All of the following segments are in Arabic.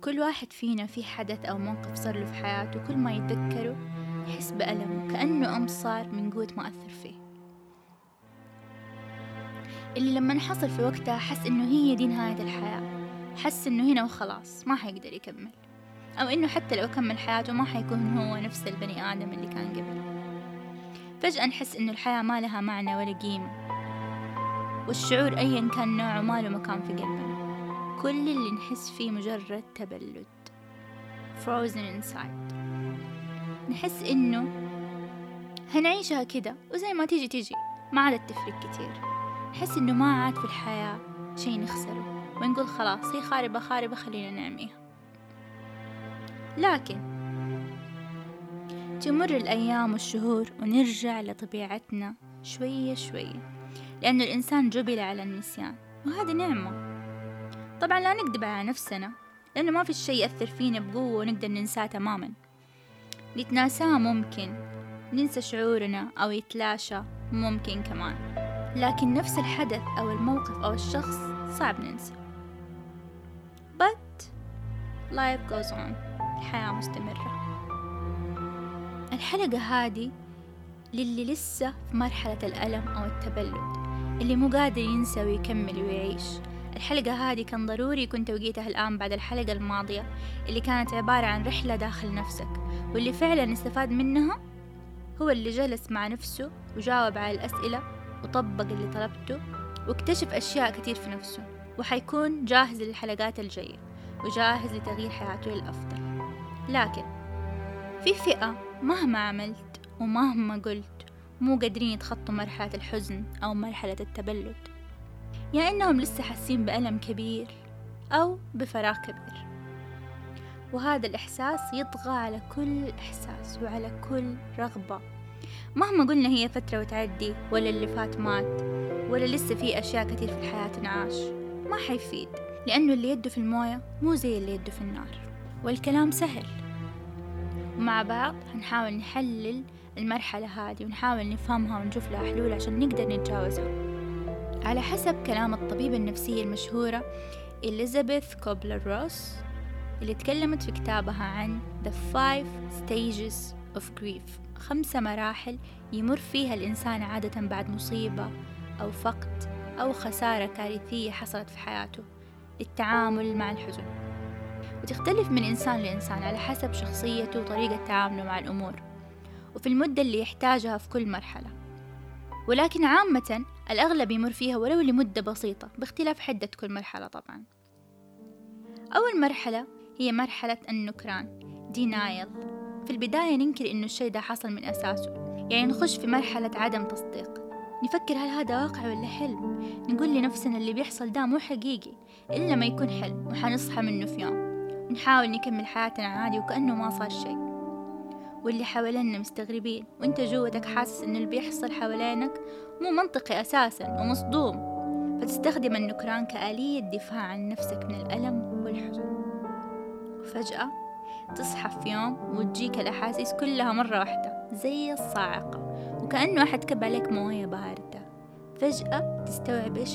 كل واحد فينا في حدث أو موقف صار له في حياته كل ما يتذكره يحس بألم كأنه أمس صار من قوة ما أثر فيه، اللي لما حصل في وقتها حس إنه هي دي نهاية الحياة، حس إنه هنا وخلاص ما حيقدر يكمل، أو إنه حتى لو كمل حياته ما حيكون هو نفس البني آدم اللي كان قبل. فجأة نحس إنه الحياة ما لها معنى ولا قيمة، والشعور أيا كان نوعه ما له مكان في قلبنا، كل اللي نحس فيه مجرد تبلد frozen inside. نحس إنه هنعيشها كده وزي ما تيجي ما عادت تفرق كتير، نحس إنه ما عاد في الحياة شي نخسره ونقول خلاص هي خاربة خلينا نعميها. لكن تمر الأيام والشهور ونرجع لطبيعتنا شوية شوية، لأنه الإنسان جبل على النسيان وهذه نعمة. طبعا لا نكذب على نفسنا، لأنه ما في شيء يأثر فينا بقوة ونقدر ننساه تماما. نتناساه ممكن، ننسى شعورنا أو يتلاشى ممكن كمان، لكن نفس الحدث أو الموقف أو الشخص صعب ننسى. But life goes on، الحياة مستمرة. الحلقة هذه للي لسه في مرحلة الألم أو التبلد، اللي مو قادر ينسى ويكمل ويعيش. الحلقة هذه كان ضروري يكون توقيتها الآن بعد الحلقة الماضية اللي كانت عبارة عن رحلة داخل نفسك، واللي فعلا استفاد منها هو اللي جلس مع نفسه وجاوب على الأسئلة وطبق اللي طلبته واكتشف أشياء كتير في نفسه، وحيكون جاهز للحلقات الجاية وجاهز لتغيير حياته للأفضل. لكن في فئة مهما عملت ومهما قلت مو قادرين يتخطوا مرحلة الحزن أو مرحلة التبلد، يا إنهم لسه حاسين بألم كبير أو بفراغ كبير، وهذا الإحساس يطغى على كل إحساس وعلى كل رغبة. مهما قلنا هي فترة وتعدي، ولا اللي فات مات، ولا لسه في أشياء كتير في الحياة تنعاش، ما حيفيد، لأنه اللي يده في الموية مو زي اللي يده في النار. والكلام سهل، ومع بعض هنحاول نحلل المرحلة هذه ونحاول نفهمها ونشوف لها حلول عشان نقدر نتجاوزها. على حسب كلام الطبيبة النفسية المشهورة إليزابيث كوبلر-روس اللي تكلمت في كتابها عن The 5 Stages of Grief، 5 مراحل يمر فيها الإنسان عادة بعد مصيبة أو فقد أو خسارة كارثية حصلت في حياته للتعامل مع الحزن، وتختلف من إنسان لإنسان على حسب شخصيته وطريقة تعامله مع الأمور وفي المدة اللي يحتاجها في كل مرحلة. ولكن عامة الأغلب يمر فيها ولو لمدة بسيطة باختلاف حدة كل مرحلة. طبعا أول مرحلة هي مرحلة النكران denial. في البداية ننكر إنه الشيء ده حصل من أساسه، يعني نخش في مرحلة عدم تصديق، نفكر هل هذا واقع ولا حلم، نقول لنفسنا اللي بيحصل ده مو حقيقي إلا ما يكون حلم وحنصحى منه في يوم، ونحاول نكمل حياتنا عادي وكأنه ما صار شيء، واللي حوالينا مستغربين وانت جوتك حاسس إنه اللي بيحصل حوالينك مو منطقي أساسا ومصدوم، فتستخدم النكران كآلية دفاع عن نفسك من الألم والحزن. وفجأة تصحى في يوم وتجيك الأحاسيس كلها مرة واحدة زي الصاعقة، وكأنه أحد كب عليك موية باردة. فجأة تستوعب إيش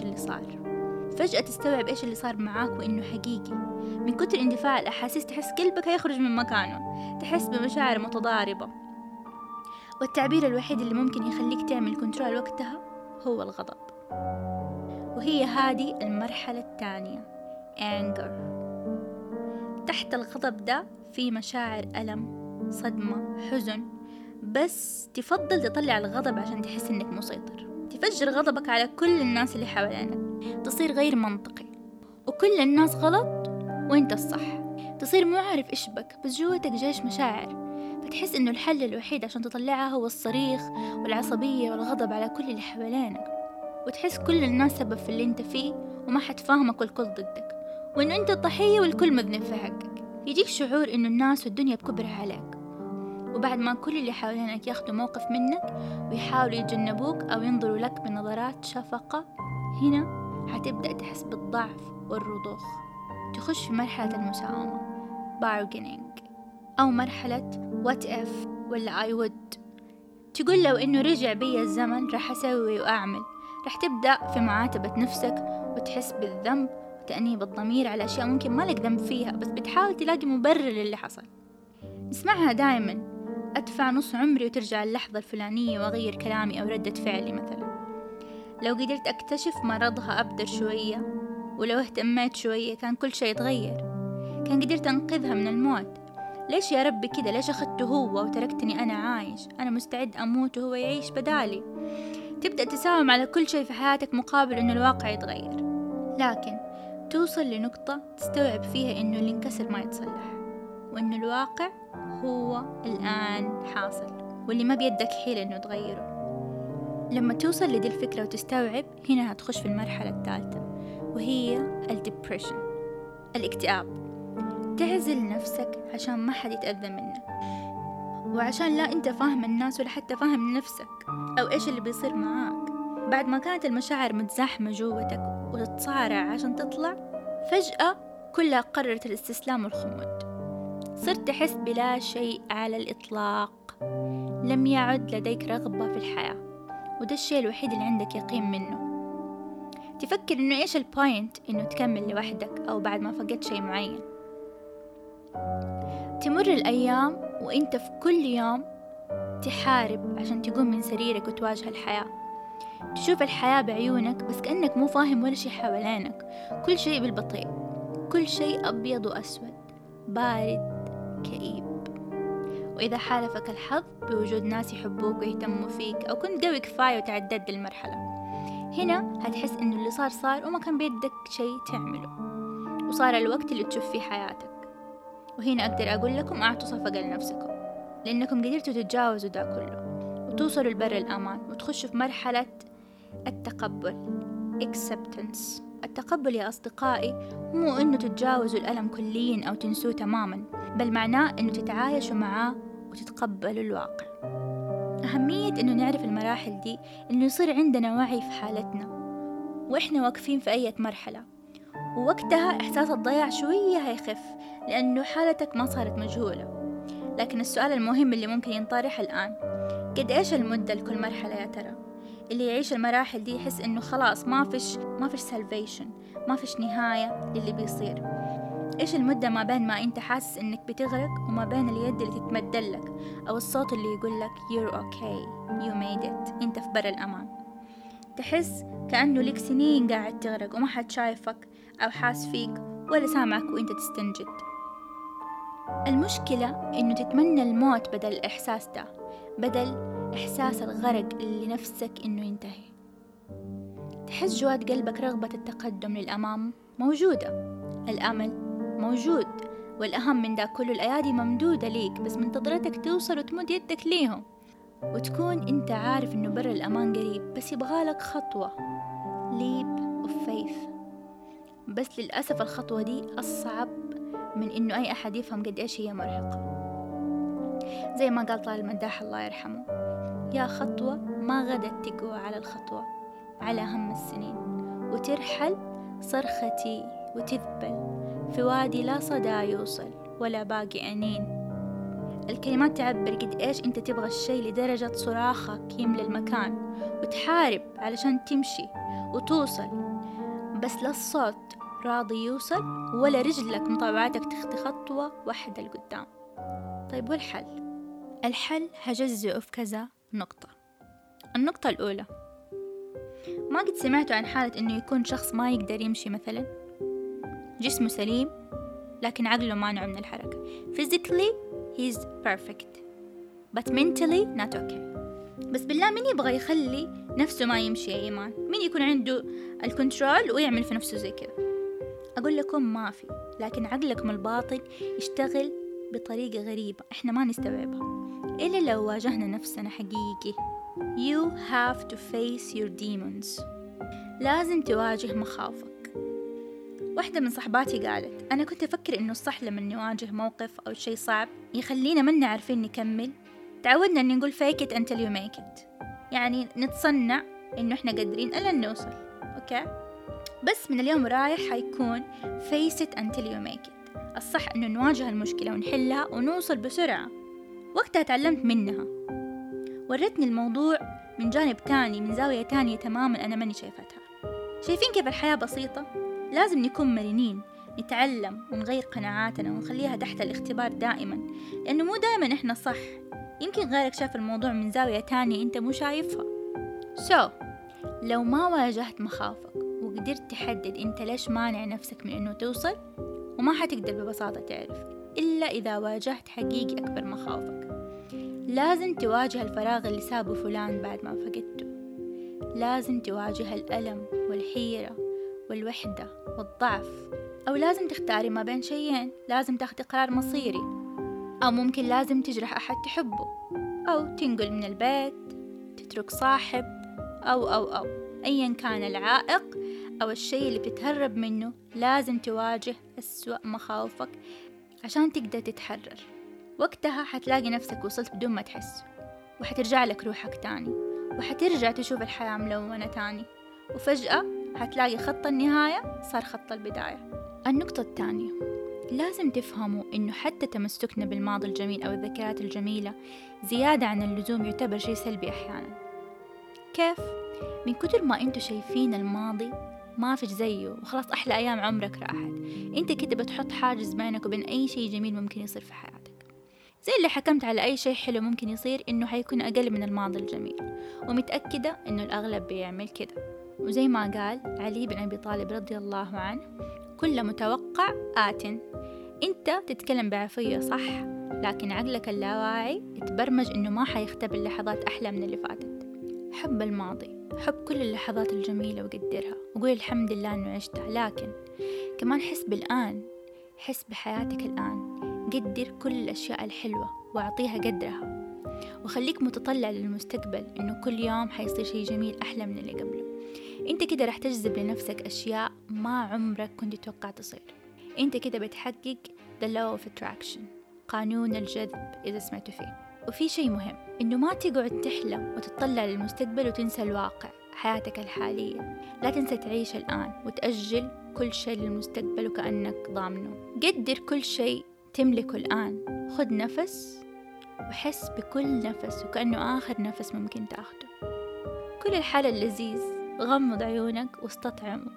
اللي صار معاك وإنه حقيقي. من كتر اندفاع الأحاسيس تحس قلبك هيخرج من مكانه، تحس بمشاعر متضاربة، والتعبير الوحيد اللي ممكن يخليك تعمل كنترول وقتها هو الغضب. وهي هذه المرحلة الثانية anger. تحت الغضب ده في مشاعر ألم، صدمة، حزن، بس تفضل تطلع الغضب عشان تحس إنك مسيطر، تفجر غضبك على كل الناس اللي حوالينك، تصير غير منطقي وكل الناس غلط وإنت الصح، تصير مو عارف إيش بك بس جوتك جيش مشاعر، فتحس إنه الحل الوحيد عشان تطلعها هو الصريخ والعصبية والغضب على كل اللي حوالينك، وتحس كل الناس سبب في اللي إنت فيه وما حد فاهمك والكل ضدك، وإنه أنت الضحية والكل مذنب في حقك. يجيك شعور إنه الناس والدنيا بكبرها عليك، وبعد ما كل اللي حوالينك ياخدوا موقف منك ويحاولوا يتجنبوك أو ينظروا لك بنظرات شفقة، هنا هتبدأ تحس بالضعف والرضوخ، تخش في مرحلة المساومة bargaining، أو مرحلة what if ولا I would، تقول لو إنه رجع بي الزمن راح أسوي وأعمل، راح تبدأ في معاتبة نفسك وتحس بالذنب تأنيب الضمير على أشياء ممكن ما لك ذنب فيها، بس بتحاول تلاقي مبرر للي حصل. نسمعها دائما: أدفع نص عمري وترجع اللحظة الفلانية وأغير كلامي أو ردة فعلي مثلا. لو قدرت أكتشف مرضها أبدر شوية، ولو اهتميت شوية كان كل شيء يتغير، كان قدرت أنقذها من الموت. ليش يا ربي كده؟ ليش أخذته هو وتركتني أنا عايش؟ أنا مستعد أموت وهو يعيش بدالي. تبدأ تساوم على كل شيء في حياتك مقابل إنه الواقع يتغير، لكن توصل لنقطة تستوعب فيها إنه اللي انكسر ما يتصلح، وإنه الواقع هو الآن حاصل، واللي ما بيدك حيلة إنه تغيره. لما توصل لدي الفكرة وتستوعب، هنا هتخش في المرحلة الثالثة، وهي الديبريشن، الاكتئاب. تعزل نفسك عشان ما حد يتأذى منك، وعشان لا أنت فاهم الناس ولا حتى فاهم نفسك أو إيش اللي بيصير معاك. بعد ما كانت المشاعر متزاحمة جوتك وتتصارع عشان تطلع، فجأة كلها قررت الاستسلام والخمود. صرت تحس بلا شيء على الإطلاق، لم يعد لديك رغبة في الحياة، وده الشيء الوحيد اللي عندك يقين منه. تفكر إنه إيش البوينت إنه تكمل لوحدك أو بعد ما فقدت شيء معين. تمر الأيام وإنت في كل يوم تحارب عشان تقوم من سريرك وتواجه الحياة، تشوف الحياة بعيونك بس كأنك مو فاهم ولا شيء حوالينك. كل شيء بالبطيء، كل شيء أبيض وأسود، بارد كئيب. وإذا حالفك الحظ بوجود ناس يحبوك ويهتموا فيك، أو كنت قوي كفاية وتعددت المرحلة، هنا هتحس إنه اللي صار وما كان بيدك شيء تعمله، وصار الوقت اللي تشوف فيه حياتك. وهنا أقدر أقول لكم أعطوا صفقة لنفسكم، لأنكم قدرتوا تتجاوزوا ده كله وتوصلوا لبر الأمان وتخشوا في مرحلة التقبل، acceptance. التقبل يا أصدقائي مو إنه تتجاوزوا الألم كليا أو تنسوه تماما، بل معناه إنه تتعايشوا معاه وتتقبلوا الواقع. أهمية إنه نعرف المراحل دي إنه يصير عندنا وعي في حالتنا وإحنا واقفين في أي مرحلة، ووقتها إحساس الضياع شوية هيخف لأنه حالتك ما صارت مجهولة. لكن السؤال المهم اللي ممكن ينطرح الآن: قد إيش المدة لكل مرحلة يا ترى؟ اللي يعيش المراحل دي يحس إنه خلاص ما فيش salvation، ما فيش نهاية للي بيصير. إيش المدة ما بين ما أنت حاسس إنك بتغرق وما بين اليد اللي تتمدلك أو الصوت اللي يقولك you're okay, you made it، أنت في بر الأمان. تحس كأنه لك سنين قاعد تغرق وما حد شايفك أو حاس فيك ولا سامعك وإنت تستنجد. المشكلة إنه تتمنى الموت بدل الإحساس ده، بدل إحساس الغرق اللي نفسك إنه ينتهي. تحس جوات قلبك رغبة التقدم للأمام موجودة، الأمل موجود، والأهم من ده كله الأيادي ممدودة ليك بس منتظرتك توصل وتمد يدك ليهم، وتكون أنت عارف إنه بر الأمان قريب، بس يبغالك خطوة، leap of faith. بس للأسف الخطوة دي أصعب من إنه أي أحد يفهم قد إيش هي مرهقة. زي ما قال طارق المداح الله يرحمه: يا خطوة ما غدت تقوى على الخطوة على هم السنين، وترحل صرختي وتذبل في وادي لا صدى يوصل ولا باقي أنين. الكلمات تعبر قد إيش أنت تبغى الشيء لدرجة صراخك يملى المكان، وتحارب علشان تمشي وتوصل، بس لا الصوت راضي يوصل ولا رجلك مطوعتك تخطي خطوة واحدة لقدام. طيب والحل؟ الحل هجزئه في كذا نقطة. النقطة الأولى: ما قد سمعتوا عن حالة إنه يكون شخص ما يقدر يمشي مثلا، جسمه سليم لكن عقله مانع من الحركة. physically he's perfect but mentally not okay. بس بالله مين يبغى يخلي نفسه ما يمشي يا إيمان؟ مين يكون عنده الكنترول ويعمل في نفسه زي كذا؟ أقول لكم ما في، لكن عقلكم الباطن يشتغل بطريقة غريبة إحنا ما نستوعبها إلا لو واجهنا نفسنا حقيقي. You have to face your demons. لازم تواجه مخاوفك. واحدة من صحباتي قالت: أنا كنت أفكر إنه الصح لما نواجه موقف أو شيء صعب يخلينا منا عارفين نكمل، تعودنا إن نقول fake it until you make it، يعني نتصنع إنه إحنا قادرين ألا نوصل. أوكي؟ بس من اليوم رايح حيكون face it until you make it. الصح إنه نواجه المشكلة ونحلها ونوصل بسرعة. وقتها تعلمت منها، ورتني الموضوع من جانب تاني، من زاوية تانية تماما أنا ماني شايفتها. شايفين كيف الحياة بسيطة؟ لازم نكون مرنين، نتعلم ونغير قناعاتنا ونخليها تحت الاختبار دائما، لأنه مو دائما إحنا صح. يمكن غيرك شاف الموضوع من زاوية تانية أنت مو شايفها. لو ما واجهت مخاوفك وقدرت تحدد أنت ليش مانع نفسك من أنه توصل، وما حتقدر ببساطة تعرف إلا إذا واجهت حقيقي أكبر مخاوفك. لازم تواجه الفراغ اللي سابه فلان بعد ما فقدته، لازم تواجه الألم والحيرة والوحدة والضعف، أو لازم تختاري ما بين شيئين، لازم تاخدي قرار مصيري، أو ممكن لازم تجرح أحد تحبه، أو تنقل من البيت، تترك صاحب، أو أيا كان العائق أو الشيء اللي بتتهرب منه. لازم تواجه أسوأ مخاوفك عشان تقدر تتحرر. وقتها حتلاقي نفسك وصلت بدون ما تحس، وحترجع لك روحك تاني، وحترجع تشوف الحياة ملونة تاني، وفجأة حتلاقي خط النهاية صار خط البداية. النقطة الثانية، لازم تفهموا إنه حتى تمسكنا بالماضي الجميل أو الذكريات الجميلة زيادة عن اللزوم يعتبر شيء سلبي أحيانا. كيف؟ من كتر ما أنتوا شايفين الماضي ما فيش زيه وخلاص أحلى أيام عمرك راحت، أنت كده بتحط حاجز بينك وبين أي شيء جميل ممكن يصير في حياتك، زي اللي حكمت على أي شيء حلو ممكن يصير إنه حيكون أقل من الماضي الجميل، ومتأكدة إنه الأغلب بيعمل كده. وزي ما قال علي بن أبي طالب رضي الله عنه: كل متوقع آت. أنت تتكلم بعفوية صح، لكن عقلك اللاواعي اتبرمج إنه ما حيختبر لحظات أحلى من اللي فاتت. حب الماضي، حب كل اللحظات الجميلة وقدرها وقول الحمد لله إنه عشتها، لكن كمان حس بالآن، حس بحياتك الآن، قدر كل الأشياء الحلوة وأعطيها قدرها، وخليك متطلع للمستقبل إنه كل يوم حيصير شيء جميل أحلى من اللي قبله. أنت كده رح تجذب لنفسك أشياء ما عمرك كنت تتوقع تصير. أنت كده بتحقق the law of attraction، قانون الجذب إذا سمعتوا فيه. وفي شيء مهم، إنه ما تقعد تحلم وتطلع للمستقبل وتنسى الواقع، حياتك الحالية. لا تنسى تعيش الآن وتأجل كل شيء للمستقبل وكأنك ضامنه. قدر كل شيء تملكه الآن، خذ نفس وحس بكل نفس وكأنه آخر نفس ممكن تاخده. كل الحال اللذيذ، غمض عيونك واستطعمه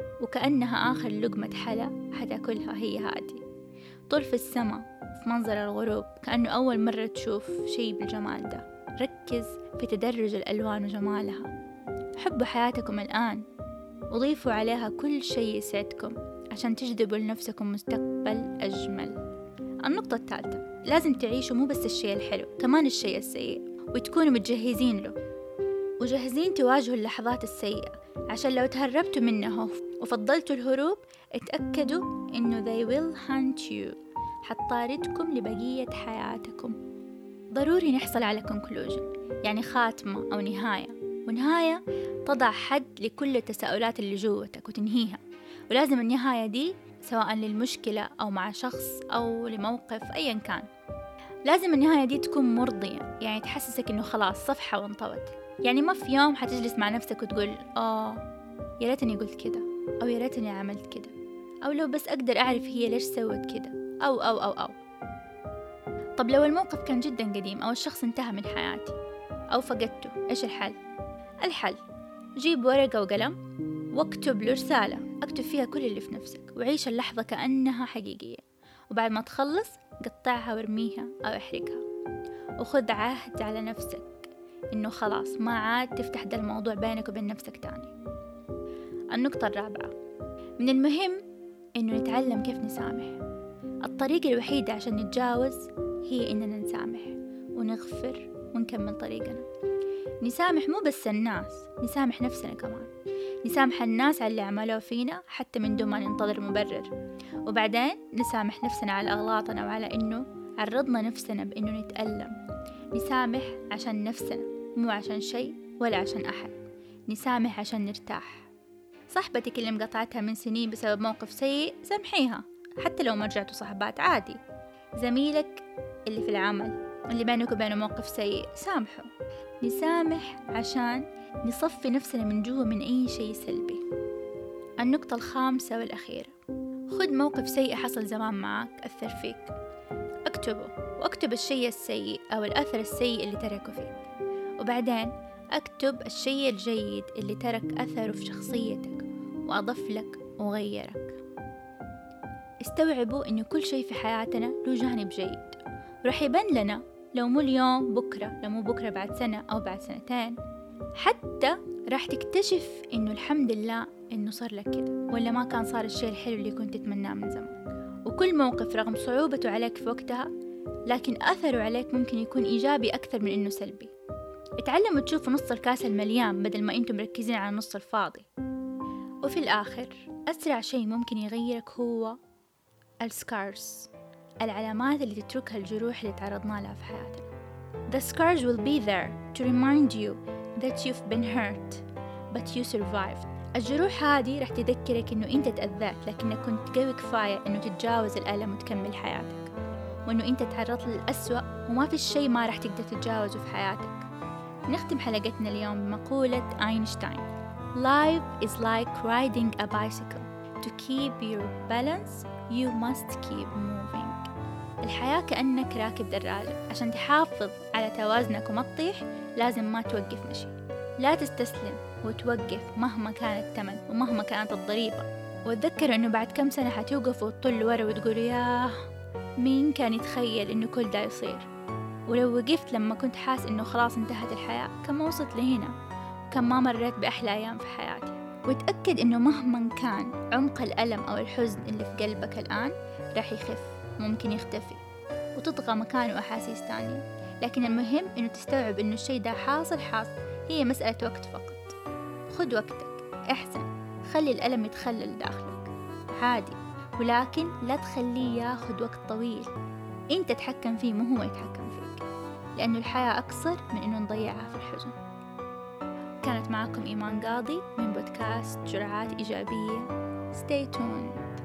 وكأنها آخر لقمة حلا حتاكلها هي هادي. طول في السماء في منظر الغروب كأنه أول مرة تشوف شيء بالجمال ده. ركز في تدرج الألوان وجمالها. حبوا حياتكم الآن وضيفوا عليها كل شيء يسعدكم عشان تجذبوا لنفسكم مستقبل أجمل. النقطة الثالثة، لازم تعيشوا مو بس الشيء الحلو، كمان الشيء السيء، وتكونوا متجهزين له وجاهزين تواجهوا اللحظات السيئة، عشان لو تهربتوا منها وفضلتوا الهروب اتأكدوا إنه they will hunt you، حتطاردكم لبقية حياتكم. ضروري نحصل على conclusion، يعني خاتمة أو نهاية، ونهاية تضع حد لكل التساؤلات اللي جوتك وتنهيها. ولازم النهاية دي سواء للمشكلة أو مع شخص أو لموقف أيا كان، لازم النهاية دي تكون مرضية، يعني تحسسك إنه خلاص صفحة وانطوت. يعني ما في يوم حتجلس مع نفسك وتقول يا ريتني قلت كده، أو يا ريتني عملت كده، أو لو بس أقدر أعرف هي ليش سوت كده، أو. طب لو الموقف كان جدا قديم أو الشخص انتهى من حياتي أو فقدته، إيش الحل؟ الحل جيب ورقة وقلم واكتب له رسالة، اكتب فيها كل اللي في نفسك وعيش اللحظة كأنها حقيقية، وبعد ما تخلص قطعها وارميها أو احرقها، وخذ عهد على نفسك إنه خلاص ما عاد تفتح ده الموضوع بينك وبين نفسك تاني. النقطة الرابعة، من المهم إنه نتعلم كيف نسامح. الطريقة الوحيدة عشان نتجاوز هي إننا نسامح ونغفر ونكمل طريقنا. نسامح مو بس الناس، نسامح نفسنا كمان، نسامح الناس على اللي عملوه فينا حتى من دون ما ننتظر مبرر، وبعدين نسامح نفسنا على أغلاطنا وعلى إنه عرضنا نفسنا بإنه نتألم. نسامح عشان نفسنا مو عشان شيء ولا عشان أحد، نسامح عشان نرتاح. صاحبتك اللي مقطعتها من سنين بسبب موقف سيء سامحيها حتى لو ما رجعتوا صحبات عادي. زميلك اللي في العمل اللي بينك وبينه موقف سيء سامحه. نسامح عشان نصفي نفسنا من جوا من أي شيء سلبي. النقطة الخامسة والأخيرة، خذ موقف سيء حصل زمان معك أثر فيك، اكتبه واكتب الشيء السيء أو الأثر السيء اللي تركه فيك، وبعدين اكتب الشيء الجيد اللي ترك أثره في شخصيتك وأضف لك وغيرك. استوعبوا إنه كل شيء في حياتنا له جانب جيد، ورح يبان لنا لو مو اليوم بكرة، لو مو بكرة بعد سنة أو بعد سنتين. حتى راح تكتشف إنه الحمد لله إنه صار لك كده، ولا ما كان صار الشيء الحلو اللي كنت تتمناه من زمان. وكل موقف رغم صعوبته عليك في وقتها، لكن أثره عليك ممكن يكون إيجابي أكثر من إنه سلبي. اتعلموا تشوفوا نص الكاس المليان بدل ما أنتم مركزين على النص الفاضي. وفي الآخر أسرع شيء ممكن يغيرك هو السكارز، العلامات اللي تتركها الجروح اللي تعرضنا لها في حياتنا. The scars will be there to remind you that you've been hurt but you survived. الجروح هذه رح تذكرك إنه أنت تأذيت، لكنك كنت قوي كفاية إنه تتجاوز الألم وتكمل حياتك، وإنه أنت تعرضت للأسوأ وما في شيء ما رح تقدر تتجاوزه في حياتك. نختم حلقتنا اليوم بمقولة أينشتاين: Life is like riding a bicycle. To keep your balance, you must keep moving. الحياة كأنك راكب دراجة، عشان تحافظ على توازنك وما تطيح لازم ما توقف مشي. لا تستسلم وتوقف مهما كان الثمن ومهما كانت الضريبة، وتذكر إنه بعد كم سنة حتوقفوا وتطلوا ورا وتقولوا ياه مين كان يتخيل إنه كل ده يصير. ولو وقفت لما كنت حاس إنه خلاص انتهت الحياة، كم ما وصلت لهنا وكم ما مريت بأحلى أيام في حياتي. وتأكد إنه مهما كان عمق الألم أو الحزن اللي في قلبك الآن راح يخف، ممكن يختفي وتطغى مكانه أحاسيس تانية. لكن المهم إنه تستوعب إنه الشيء ده حاصل، هي مسألة وقت فقط. خد وقتك، احزن، خلي الألم يتخلل داخلك عادي، ولكن لا تخليه ياخد وقت طويل. انت تتحكم فيه مو هو يتحكم فيك، لأنه الحياة أقصر من إنه نضيعها في الحزن. كانت معكم إيمان قاضي من بودكاست جرعات إيجابية. Stay tuned.